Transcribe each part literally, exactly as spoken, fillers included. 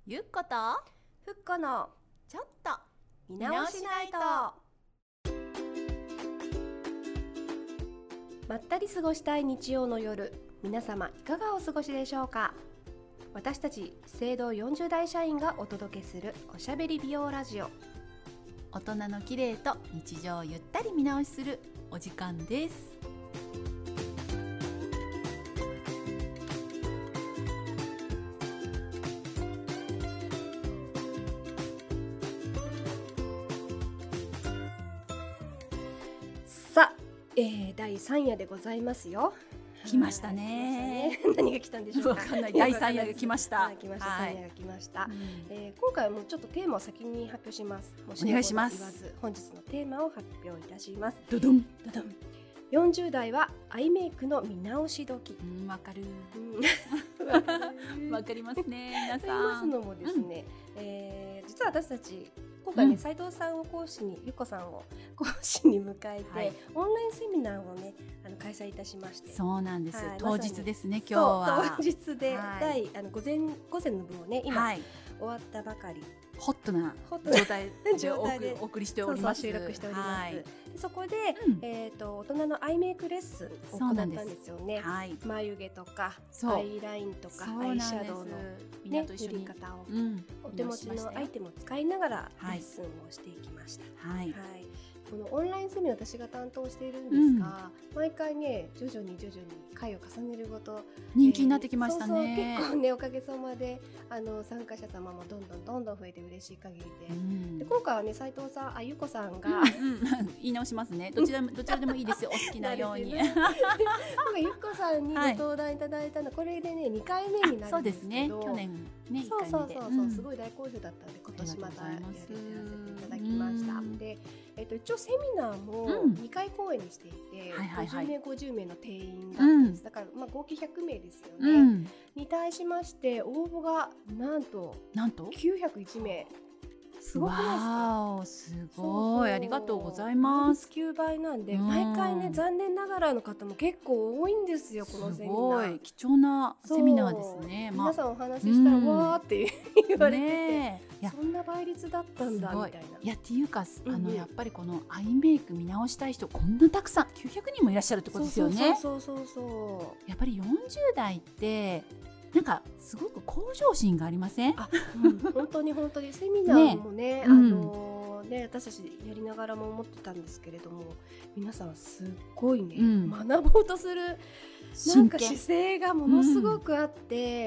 ゆっことふっこのちょっと見直しないと。まったり過ごしたい日曜の夜、皆様いかがお過ごしでしょうか。私たち資生堂よんじゅう代社員がお届けするおしゃべり美容ラジオ。 大人の綺麗と日常をゆったり見直しするお時間です。 さあ、えー、だいさん夜でございますよ。 来ましたね。 何が来たんでしょうか。 わかんない。だいさん夜が来ました。 来ました。さん夜が来ました。 うんえー、今回はもうちょっとテーマを先に発表します。 お願いします。 言わず本日のテーマを発表いたします。 ドドンドドン。よんじゅう代はアイメイクの見直し時。 うん、わかる。 わかる。 わかりますね。皆と言いさん。 ますのもですね、うんえー、実は私たち今回ね、 うん、 斉藤さんを講師に、ゆっこさんを講師に迎えて、はい、オンラインセミナーをねあの開催いたしまして。 そうなんです、はい、当日ですね。 ま、 今日は当日で、 はい、 第あの午前午前の部をね今、はい、終わったばかり。 ホットな状態でお送りしております。 そうそう収録しております。はい、でそこで、 うん、 えっ、ー、と大人のアイメイクレッスンを行ったんですよね。はい、眉毛とかアイラインとかアイシャドウのね塗り方を、うん、お手持ちのアイテムを使いながらレッスンをしていきました。はい。はいこのオンラインセミナー私が担当しているんですが、うん、毎回ね徐々に徐々に回を重ねるごと人気になってきましたね。 えー、そうそう結構ねおかげさまであの参加者様もどんどんどんどん増えて嬉しい限りで、うん、で今回はね斉藤さんあゆこさんが、うんうん、 言い直しますね。どちらどちらでもいいですよ。お好きなように。今回ゆっこさんにご登壇いただいたの、はい、これでねにかいめになるんですけど、そうですね。 去年ねそうそうそうそう、うん、すごい大好評だったんで今年またやらせていただきました。でえっと、一応セミナーもにかい公演にしていて、うんはいはいはい、ごじゅうめいごじゅうめいの定員だったんです、うん、だから、まあ、合計ひゃくめいですよね、うん、に対しまして応募がなんとなんときゅうひゃくいちめいすごくないですか。 わーすごいそうそうありがとうございます。 きゅうばいなんで、うん、毎回ね残念ながらの方も結構多いんですよ。このセミナーすごい貴重なセミナーですね。 皆さんお話ししたら、うん、わーって言われてて、ね、そんな倍率だったんだみたいな。 いやっていうかあの、うん、やっぱりこのアイメイク見直したい人こんなたくさんきゅうひゃくにんもいらっしゃるってことですよね。 そうそうそうそうやっぱりよんじゅう代ってなんかすごく向上心がありません？ あ、うん、本当に本当にセミナーもね、ねあのー、ね私たちやりながらも思ってたんですけれども、皆さんすっごいね、うん、学ぼうとするなんか姿勢がものすごくあって、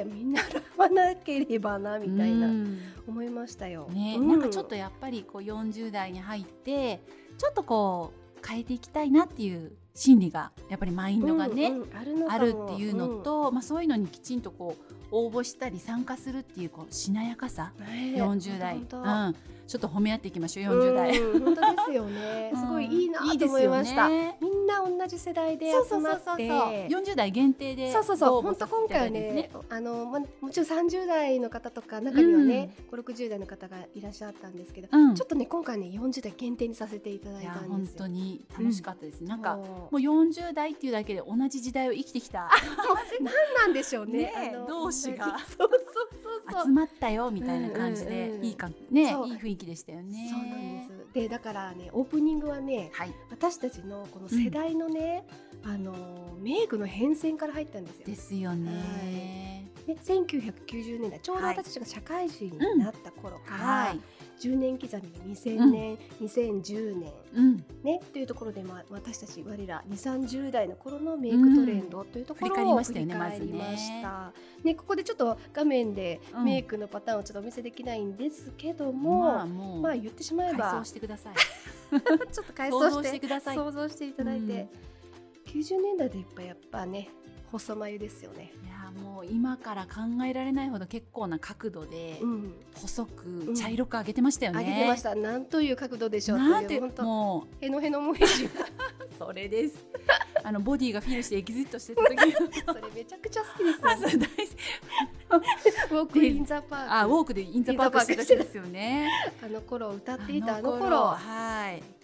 うん、見習わなければなみたいな、うん、思いましたよ。 ね、 うん、 なんかちょっとやっぱりこうよんじゅう代に入ってちょっとこう変えていきたいなっていう心理がやっぱりマインドがね、うんうん、あるのかも、あるっていうのと、うんまあ、そういうのにきちんとこう応募したり参加するっていうこうしなやかさ、えー、よんじゅう代、うん、ちょっと褒め合っていきましょう。よんじゅう代、 うん、本当ですよね。すごいいいなと思いました。いいね、みんな同じ世代で集まって、そうそうそうそうよんじゅう代限定でそうそうそう本当今回はねあの、ま、もちろんさんじゅう代の方とか中にはね、うん、ごじゅうろくじゅう代の方がいらっしゃったんですけど、うん、ちょっとね今回ねよんじゅう代限定にさせていただいたんですよ。いや本当に楽しかったです、うん、なんかもうよんじゅう代っていうだけで同じ時代を生きてきた何なんでしょうね、 ねあの同士がそうそうそうそう集まったよみたいな感じで、うんうんうん、いいかねいい雰囲気でしたよね。 そうなんです。でだからねオープニングはね、はい、私たちのこの世代のね、うん、あのメイクの変遷から入ったんですよ。 ですよね。 はい、でせんきゅうひゃくきゅうじゅうねんだいちょうど私たちが社会人になった頃から、はい、じゅうねん刻みでにせんねん、うん、にせんじゅうねん、うんね、というところで、まあ、私たち我らにじゅう、さんじゅう代の頃のメイクトレンドというところを振り返りましたよね。まずね、ね、ここでちょっと画面でメイクのパターンをちょっとお見せできないんですけども、うんまあ、もうまあ言ってしまえば改装してくださいちょっと改装して想像してください。 想像していただいて、うん、きゅうじゅうねんだいでやっぱやっぱね細眉ですよね。 いやもう今から考えられないほど結構な角度で、うん、細く茶色く上げてましたよね、 うん、上げてました。なんという角度でしょうなんていうもうヘノヘノもへじそれですあのボディがフィルしてエキジットしてた時それめちゃくちゃ好きですよねウォークインザパークあウォークでインザパークしてた時ですよねあの頃歌っていたあの頃はい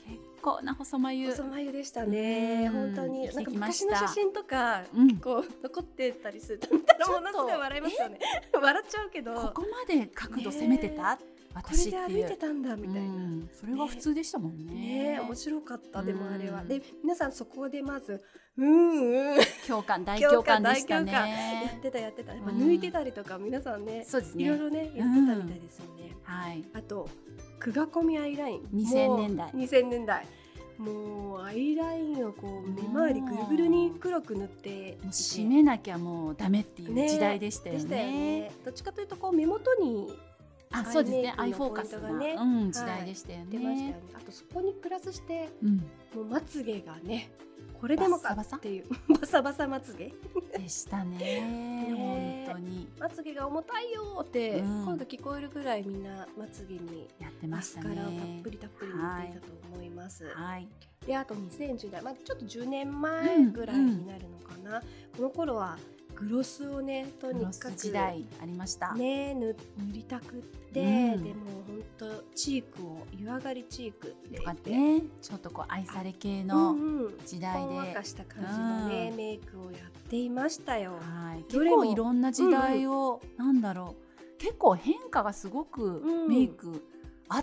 結構な細眉細眉でしたね。本当になんか昔の写真とか、 うん、 結構残ってたりすると見たらものすごい笑いますよね。笑っちゃうけど、 ここまで角度攻めてた、ね、私っていう、 これで歩いてたんだみたいな、うん、 それが普通でしたもんね。 ねえ面白かった。でもあれは、うん、で皆さんそこでまずうんうん共感大共感でしたね。 やってたやってた。やっぱ抜いてたりとか、うん、皆さんね、そうですね、いろいろねやってたみたいですよね。うん、はい。あとくがこみアイラインにせんねんだいにせんねんだいもうアイラインをこう目周りぐるぐるに黒く塗ってもう締めなきゃもうダメっていう時代でしたよ ね, ね, ねどっちかというとこう目元にあそうですねアイフォーカスがね、うん、時代でしたよね、はい、 出ましたよね。あとそこにプラスして、うん、もうまつげがねこれでもかっていうバサバサまつげでしたねね本当にまつげが重たいよって声が聞こえるぐらいみんなまつげにやってましたね。 マスカラをたっぷりたっぷり塗っていたと思います、はいはい、であとにせんじゅうだい、まあ、ちょっとじゅうねんまえぐらいになるのかな、うんうん、この頃はグロスをねとにかく時代ありましたね塗りたくって、うん、でも本当チークを湯上がりチークって言って、ね、 ちょっとこう愛され系の時代で、 うんうん、ほんわかした感じのね、うん、メイクをやっていましたよ。 はい、結構いろんな時代を、うんうん、なんだろう結構変化がすごくメイクあった、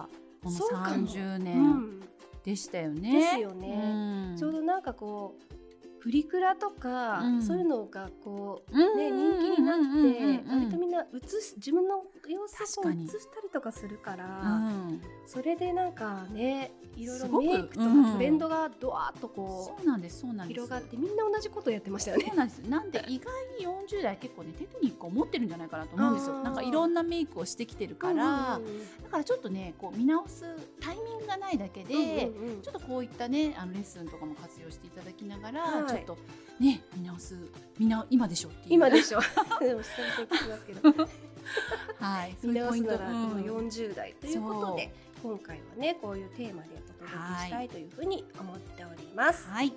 うん、このさんじゅうねんでしたよね。 ですよね、うん、ちょうどなんかこうプリクラとか、うん、そういうのがこう、ね、人気になって割とみんな映す自分の様子を映したりとかするから、うん、それでなんかねいろいろメイクとかトレンドがドワーッとこう、うん、そうなんですそうなんです広がってみんな同じことをやってましたよね。 そうなんです。なんで意外によんじゅうだい結構ねテクニックを持ってるんじゃないかなと思うんですよ。なんかいろんなメイクをしてきてるから、うんうんうん、だからちょっとねこう見直すタイミングがないだけで、うんうんうん、ちょっとこういったねあのレッスンとかも活用していただきながら、はい、ちょっとね見直す見直今でしょっていう今でしょでも久々に聞きますけどはい見直すならこのよんじゅうだいということで、うん、今回はねこういうテーマでお届けしたいというふうに思っております。 はい。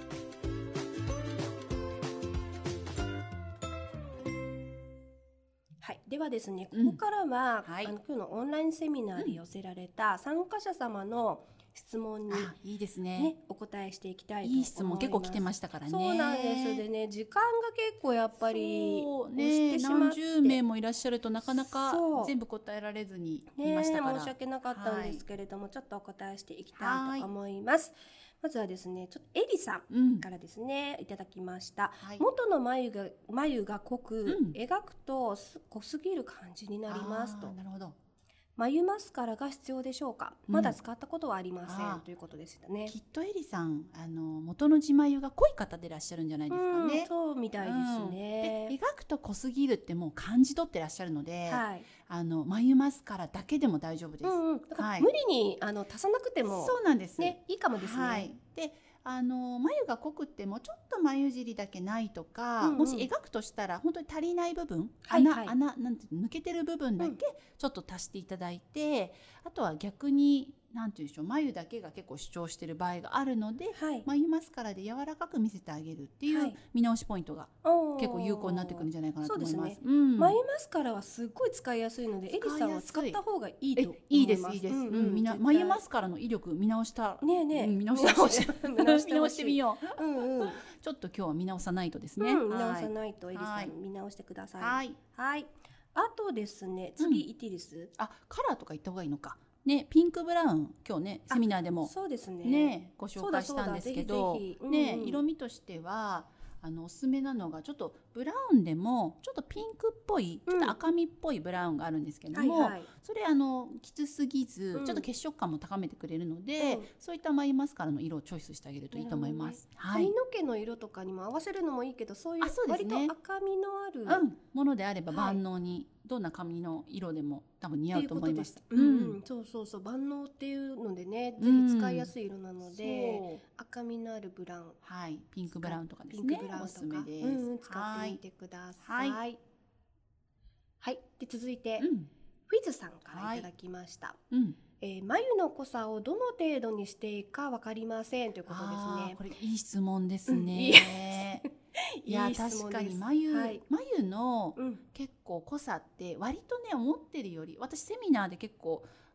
はい、ではですねここからは、うんはい、あの今日のオンラインセミナーで寄せられた参加者様の質問に、ね、 いいですね、 お答えしていきたいと思います。 いい質問結構来てましたからね。 そうなんですでね時間が結構やっぱりそう、ね、何十名もいらっしゃるとなかなか全部答えられずにいましたから、 ね、申し訳なかったんですけれども、はい、ちょっとお答えしていきたいと思います。まずはですねちょっとエリさんからですね、うん、いただきました、はい、元の眉が眉が濃く、うん、描くと濃すぎる感じになりますと。 なるほど。 眉マスカラが必要でしょうか、うん、まだ使ったことはありませんということでしたね。 きっとエリさんあの元の地眉が濃い方でいらっしゃるんじゃないですかね。 うん、そうみたいですね、 うん、で描くと濃すぎるってもう感じ取ってらっしゃるので、はい、あの眉マスカラだけでも大丈夫です、 うんうん、だから無理に、はい、あの足さなくてもそうなんです、 ね、いいかもですね、 はい、であの眉が濃くってもちょっと眉尻だけないとか、うんうん、もし描くとしたら本当に足りない部分、はいはい、穴、穴なんて抜けてる部分だけちょっと足していただいて、うん、あとは逆になんていうんでしょう眉だけが結構主張してる場合があるので、はい、眉マスカラで柔らかく見せてあげるっていう見直しポイントが結構有効になってくるんじゃないかなと思います。そうですね、うん、 眉マスカラはすごい使いやすいのでエリさんは使った方がいいと思います。 いいですいいです、うんうん、みな眉マスカラの威力見直したねえねえ、 うん、見直してほしい見直してみよううん、うん、ちょっと今日は見直さないとですね、 うん、見直さないとエリさん見直してください。はい、はい、あとですね次いっていいです、うん、 あカラーとか言った方がいいのかね、ピンクブラウン今日ねセミナーでもそうですね、 ねご紹介したんですけどぜひぜひ、うんうん、ね、色味としてはあのおすすめなのがちょっとブラウンでもちょっとピンクっぽいちょっと赤みっぽいブラウンがあるんですけども、うんはいはい、それあのきつすぎず、うん、ちょっと血色感も高めてくれるので、うん、そういった眉マスカラの色をチョイスしてあげるといいと思います、 ね、はい、髪の毛の色とかにも合わせるのもいいけどそういう割と赤みのある、 うん、ものであれば万能に、はい、どんな髪の色でも多分似合うと思います。 うんうん、そうそうそう万能っていうのでね、ぜひ使いやすい色なので、うん、赤みのあるブラウン、 はい、ピンクブラウンとかですね、おすすめです、 うんうん、使ってみてください。はい、はい、で続いて、うん、フィズさんからいただきました、はい、うん、えー、眉の濃さをどの程度にしていいか分かりませんということですね。 これいい質問ですね、うんいや確かに眉、はい、眉の結構濃さって割とね思ってるより私セミナーで結構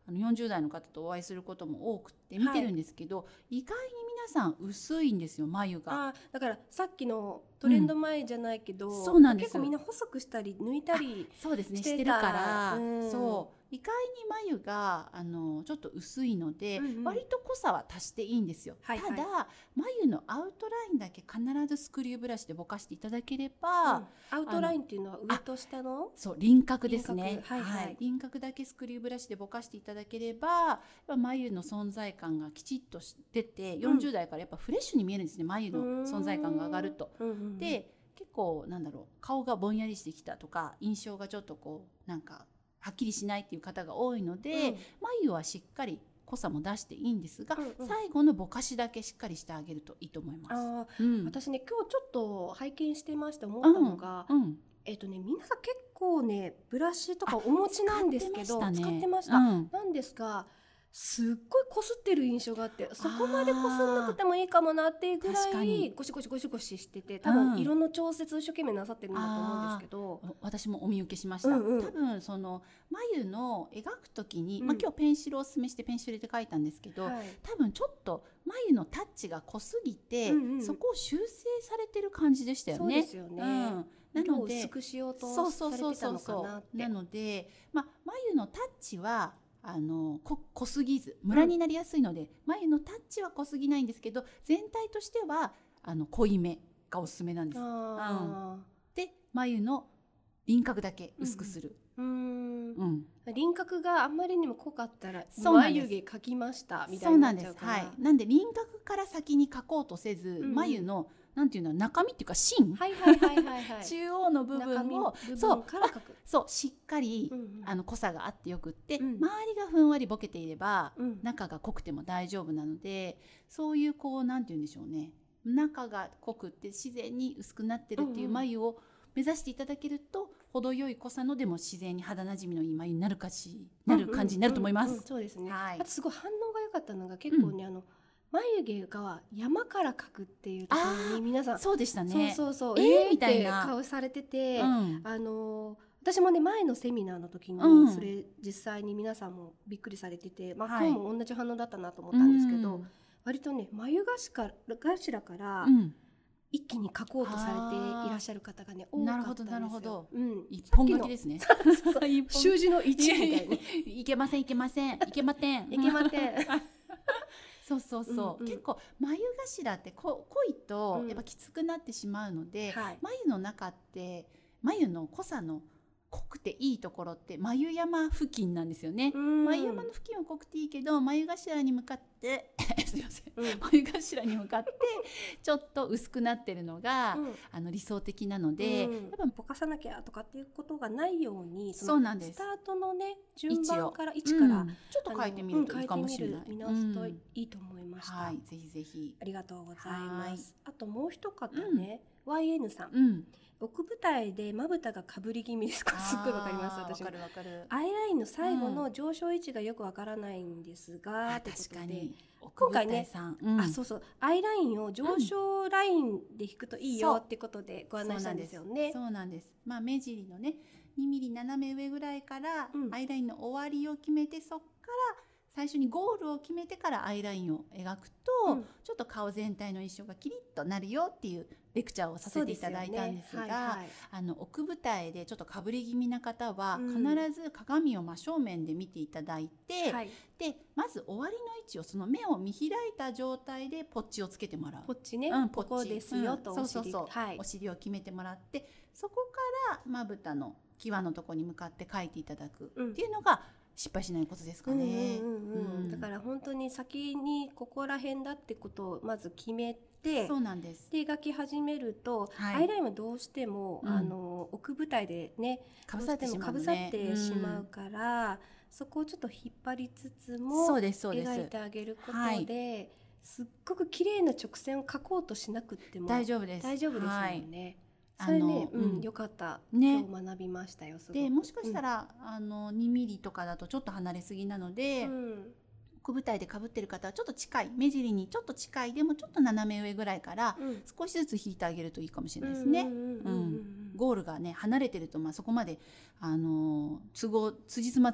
あのよんじゅう代の方とお会いすることも多くて見てるんですけど、はい、意外に皆さん薄いんですよ、眉が。 あ、だからさっきのトレンド前じゃないけど、 うん、そうなんです。 結構みんな細くしたり抜いたりそうですね、してるから、うん、そう意外に眉があのちょっと薄いので、うんうん、割と濃さは足していいんですよ、はいはい、ただ眉のアウトラインだけ必ずスクリューブラシでぼかしていただければ、うん、 アウトラインっていうのは上と下のそう輪郭ですね、 輪郭、はいはいはい、 輪郭だけスクリューブラシでぼかしていただければ眉の存在感がきちっと出て、よんじゅう代からやっぱフレッシュに見えるんですね、眉の存在感が上がると、うんうんうん、で結構なんだろう、顔がぼんやりしてきたとか印象がちょっとこうなんかはっきりしないっていう方が多いので、うん、眉はしっかり濃さも出していいんですが、うんうん、最後のぼかしだけしっかりしてあげるといいと思います。 あ、うん、私ね今日ちょっと拝見してまして思ったのが、うんうん、えっとね皆さん結構ねブラシとかお持ちなんですけど使ってました、ね、使ってました、うん、なんですがすっごいこすってる印象があって、そこまでこすんなくてもいいかもなっていうぐらいゴシゴシゴシゴシしてて、多分色の調節を一生懸命なさってるんだと思うんですけど、 うん、私もお見受けしました、うんうん、多分その眉の描くときに、うん、まあ、今日ペンシルをおすすめしてペンシルで描いたんですけど、はい、多分ちょっと眉のタッチが濃すぎて、うんうん、そこを修正されてる感じでしたよね。 そうですよね、うん、なので薄くしようとされてたのかなって。 なので、まあ、眉のタッチはあの こ, 濃すぎずムラになりやすいので、うん、眉のタッチは濃すぎないんですけど全体としてはあの濃いめがおすすめなんです。あ、うん、で眉の輪郭だけ薄くする、うんうんうん、輪郭があんまりにも濃かったら眉毛描きましたみたいになっちゃうから、そうなんです、はい、なんで輪郭から先に描こうとせず、うん、眉のなんていうの中身っていうか芯、はいはいはいはいはい、中央の部分をそうから描く、そうしっかり、うんうん、あの濃さがあってよくって、うん、周りがふんわりボケていれば、うん、中が濃くても大丈夫なので、そういうこうなんていうんでしょうね、中が濃くって自然に薄くなってるっていう眉を目指していただけると、程よい濃さのでも自然に肌なじみのいい眉になるかしなる感じになると思います。 そうですね、はい、あとすごい反応が良かったのが結構ね、うん、あの眉毛が山から描くっていうところに皆さんそうでしたね、 そうそうそう、 えー、みたいな顔されてて、うん、あの私もね前のセミナーの時にそれ実際に皆さんもびっくりされてて、うん、まあ、今日も同じ反応だったなと思ったんですけど、うん、割とね眉頭から一気に描こうとされていらっしゃる方がね多かったんですよ。なるほどなるほど、うん、 一本書きですね習字の一みたいにいけませんいけませんいけませんいけませんそうそうそう、うんうん、結構眉頭ってこ濃いとやっぱきつくなってしまうので、うんはい、眉の中って眉の濃さの濃くていいところって眉山付近なんですよね。眉山の付近は濃くていいけど眉頭に向かってすいません、うん、眉頭に向かってちょっと薄くなってるのが、うん、あの理想的なので、うん、やっぱぼかさなきゃとかっていうことがないように、 そうなんです、 スタートのね順番から位置から、うん、 ちょっと変えてみるといいかもしれない、 見直すといいと思いました、 はい、ぜひぜひありがとうございます。あともう一方ね、ワイエヌ さん、うん奥舞台でまぶたがかぶり気味ですか。すっごいわかります。私もわかるわかる。アイラインの最後の上昇位置がよくわからないんですが、うん、ってことで確かに今回ね、うん、あそうそうアイラインを上昇ラインで引くといいよってことでご案内したんですよね。 そうなんです。まあ目尻のねにミリ斜め上ぐらいから、うん、アイラインの終わりを決めて、そっから最初にゴールを決めてからアイラインを描くと、うん、ちょっと顔全体の印象がキリッとなるよっていうレクチャーをさせていただいたんですが、ねはいはい、あの奥舞台でちょっとかぶり気味な方は、うん、必ず鏡を真正面で見ていただいて、はい、でまず終わりの位置をその目を見開いた状態でポッチをつけてもらう。 ポッチね、うん、ポッチここですよと、 うん、そうそうそう、はい、お尻を決めてもらって、そこからまぶたの際のところに向かって描いていただくっていうのが、うん失敗しないことですかね。 だから本当に先にここら辺だってことをまず決めて、 そうなんです。 で描き始めると、はい、アイラインはどうしても、うん、あの奥舞台でねかぶさってしまう、ね、 かぶさってしまうから、うん、そこをちょっと引っ張りつつもそうですそうです描いてあげることで、はい、すっごく綺麗な直線を描こうとしなくっても大丈夫です。 大丈夫ですよね。はいそれね、うん、よかった、ね、今日学びましたよ。すごくでもしかしたら、うん、あのにミリとかだとちょっと離れすぎなので、うん、奥舞台でかぶってる方はちょっと近い目尻にちょっと近いでもちょっと斜め上ぐらいから少しずつ引いてあげるといいかもしれないですね。ゴールがね離れてると、まあ、そこまであの都合辻褄つ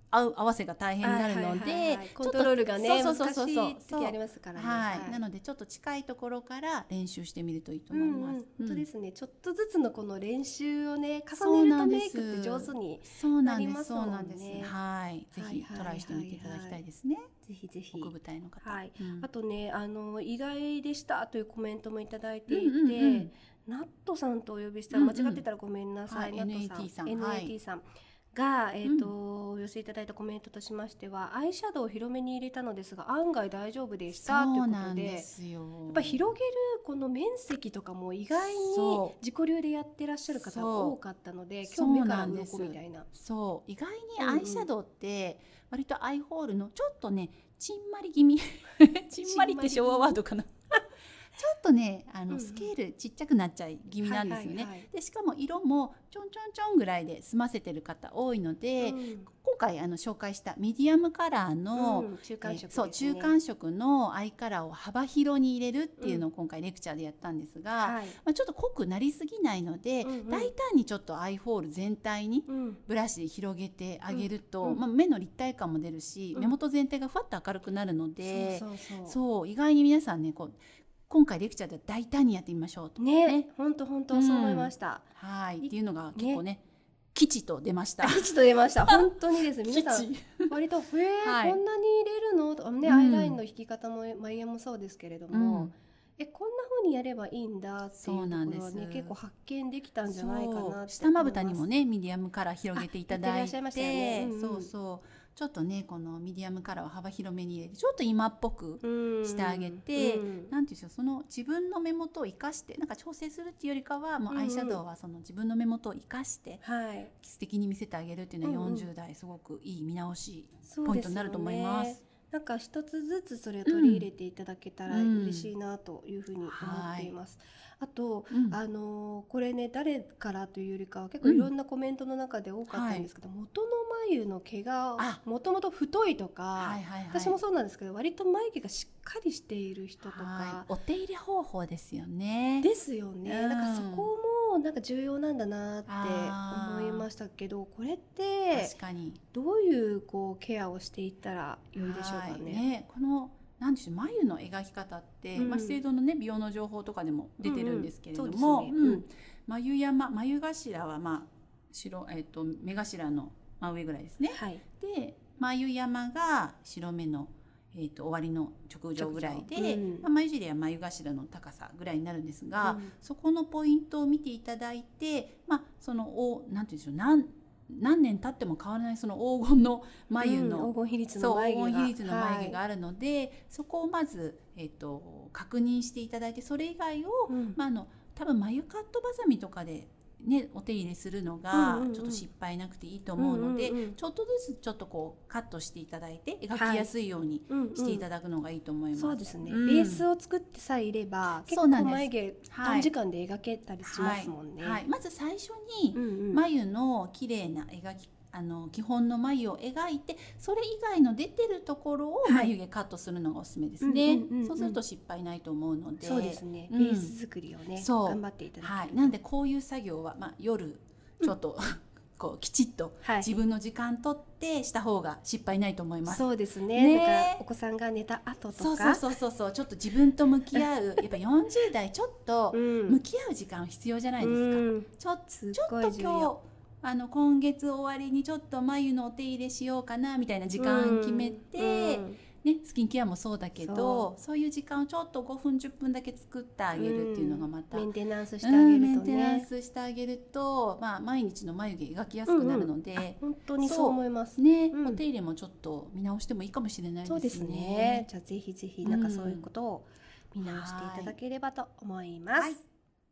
合わせが大変になるので、 コントロールがねそうそうそうそう難しい時ありますからね。 はい、なのでちょっと近いところから練習してみるといいと思います。 本当ですね。ちょっとずつのこの練習をね重ねるとメイクって上手になりますもんね。 はい、ぜひトライしてみていただきたいですね。 ぜひぜひ。 奥舞台の方。 はい。あとね、あの意外でしたというコメントもいただいていて、ナットさんとお呼びしたら間違ってたらごめんなさい。ナットさん、エヌエーティー さん。が、えーとうん、お寄せいただいたコメントとしましては、アイシャドウを広めに入れたのですが案外大丈夫でしたということで、やっぱ広げるこの面積とかも意外に自己流でやってらっしゃる方が多かったので、今日目から鱗みたいな。 そう意外にアイシャドウって割とアイホールのちょっとねちんまり気味ちんまりって昭和ワードかなちょっとねあの、うん、スケールちっちゃくなっちゃい気味なんですよね、はいはいはい、でしかも色もちょんちょんちょんぐらいで済ませてる方多いので、うん、今回あの紹介したミディアムカラーの、うん、中間色ですね、そう中間色のアイカラーを幅広に入れるっていうのを今回レクチャーでやったんですが、うんはいまあ、ちょっと濃くなりすぎないので、うんうん、大胆にちょっとアイホール全体にブラシで広げてあげると、うんまあ、目の立体感も出るし、うん、目元全体がふわっと明るくなるので、そうそうそうそう意外に皆さんねこう今回レクチャーで大胆にやってみましょうとね。 本当本当そう思いました。 うん、はいっていうのが結構ね、吉と出ました。 吉と出ました。本当にです皆さん割とえー、はい、こんなに入れるのとかね、うん、アイラインの引き方も眉毛もそうですけれども、うん、えこんな風にやればいいんだっていうところはね結構発見できたんじゃないかなって思います。 下まぶたにもねミディアムカラー広げていただいて、ねうんうん、そうそうちょっとねこのミディアムカラーを幅広めに入れてちょっと今っぽくしてあげて、うんうん、なんていうんですかその自分の目元を生かしてなんか調整するっていうよりかはもうアイシャドウはその自分の目元を生かして、うんうん、素敵に見せてあげるっていうのはよんじゅう代すごくいい見直しポイントになると思います。 なんか一つずつそれを取り入れていただけたら嬉しいなというふうに思っています。うん、あと、うん、あのこれね誰からというよりかは結構いろんなコメントの中で多かったんですけど、うんはい、元の眉の毛がもともと太いとか、はいはいはい、私もそうなんですけど割と眉毛がしっかりしている人とか、 はい、お手入れ方法ですよね。 ですよね。うん、なんかそこもなんか重要なんだなって思いましたけど、これって確かにどういうこうケアをしていったら良いでしょうかね。はいねこのなんでしょう眉の描き方って、うんまあ、資生堂の、ね、美容の情報とかでも出てるんですけれども、うんうんねうん、眉山眉頭は、まあ白えー、と目頭の真上ぐらいですね、はい、で眉山が白目の、えー、と終わりの直上ぐらいで、うんまあ、眉尻は眉頭の高さぐらいになるんですが、うん、そこのポイントを見ていただいて、まあ、そのおなんていうんでしょうなん何年経っても変わらないその黄金の眉の、 うん、黄金比率の眉毛が、 黄金比率の眉毛があるので、はい、そこをまず、えー、と確認していただいてそれ以外を、うんまあ、あの多分眉カットバサミとかで、ね、お手入れするのがちょっと失敗なくていいと思うので、うんうんうん、ちょっとずつちょっとこうカットしていただいて描きやすいようにしていただくのがいいと思います。 はいうんうん、そうですね、うん、ベースを作ってさえいれば結構眉毛短時間で描けたりしますもんね。 はいはいはい、まず最初に眉の綺麗な描きあの基本の眉を描いてそれ以外の出てるところを眉毛カットするのがおすすめですね、はいうんうんうん、そうすると失敗ないと思うのでそうですね、うん、ベース作りをね頑張っていただきたい、はい、 なのでこういう作業は、まあ、夜ちょっと、うん、こうきちっと自分の時間とってした方が失敗ないと思います、 はい、そうですね、ねなんかお子さんが寝た後とかそうそうそうそうちょっと自分と向き合うやっぱよんじゅう代ちょっと向き合う時間必要じゃないですか、うん、ちょっとちょっと今日あの今月終わりにちょっと眉のお手入れしようかなみたいな時間決めて、うんうんね、スキンケアもそうだけど そう、そういう時間をちょっとごふんじゅっぷんだけ作ってあげるっていうのがまた、 うん、メンテナンスしてあげるとね、うん、メンテナンスしてあげると、まあ、毎日の眉毛描きやすくなるので、うんうん、 本当にそう思いますね、うん、お手入れもちょっと見直してもいいかもしれないですね。 そうですね。じゃあぜひぜひなんかそういうことを見直していただければと思います、はい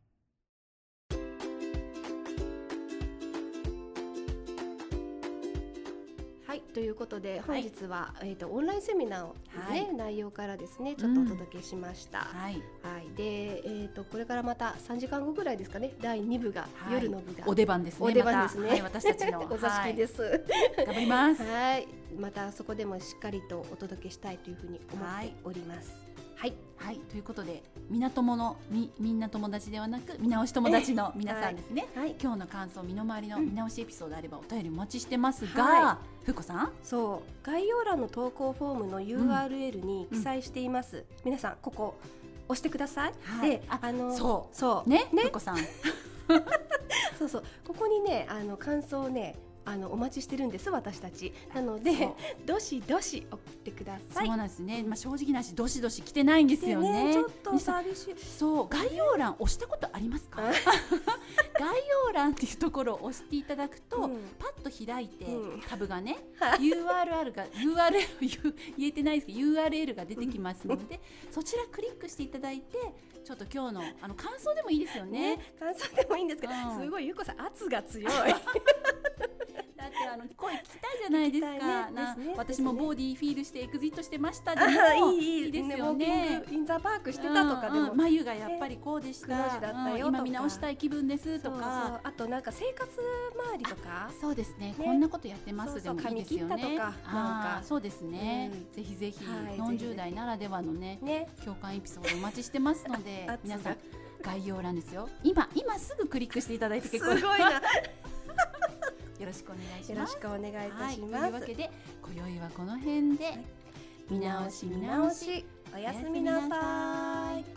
はい、ということで本日は、はいえー、とオンラインセミナーの、ねはい、内容からですねちょっとお届けしました、うんはいはい、で、えー、とこれからまたさんじかんごぐらいですかねだいに部が、はい、夜の部がお出番ですねお出番ですね、 またはい、私たちのお座敷です、はい、 頑張ります、 はい、またそこでもしっかりとお届けしたいというふうに思っております、はいはい、ということでみな友の み, みんな友達ではなく見直し友達の皆さんですね、はいはい、今日の感想身の回りの見直しエピソードあればお便りお待ちしてますが、はふうこさん、 そう概要欄の投稿フォームの ユーアールエル に記載しています、うん、皆さんここ押してください、はい、でああのそうそうねふうこさんそうそうここにねあの感想をねあのお待ちしてるんです私たちなのでどしどし送ってください。 そうなんですね、まあ、正直なしどしどし来てないんですよ ね, ねちょっと寂しい。 そう概要欄押したことありますか概要欄っていうところを押していただくと、うん、パッと開いて、うん、タブがね ユーアールエル が ユーアールエル 言えてないですけど ユーアールエル が出てきますのでそちらクリックしていただいてちょっと今日のあの感想でもいいですよ ね, ね感想でもいいんですけど、うん、すごいゆうこさん圧が強いだってあの声聞きたいじゃないですか、ねなですね、私もボディフィールしてエグジットしてましたでもいい、いい、いいですよね。ウォーキングインザパークしてたとかでも、うんうん、眉がやっぱりこうでした、 ね、だったよとか、 うん、今見直したい気分ですとか、 そうそうあとなんか生活周りとかそうです ね, ねこんなことやってます、でもいいですよね。 髪切ったとかなんかそうですね、うん、ぜひぜひ、はい、よんじゅう代ならではの ね, ね共感エピソードお待ちしてますので皆さん概要欄ですよ。今今すぐクリックしていただいて結構すごいなよろしくお願いします。 よろしくお願いいたします、 はい、というわけで今宵はこの辺で、はい、見直し見直しおやすみなさい。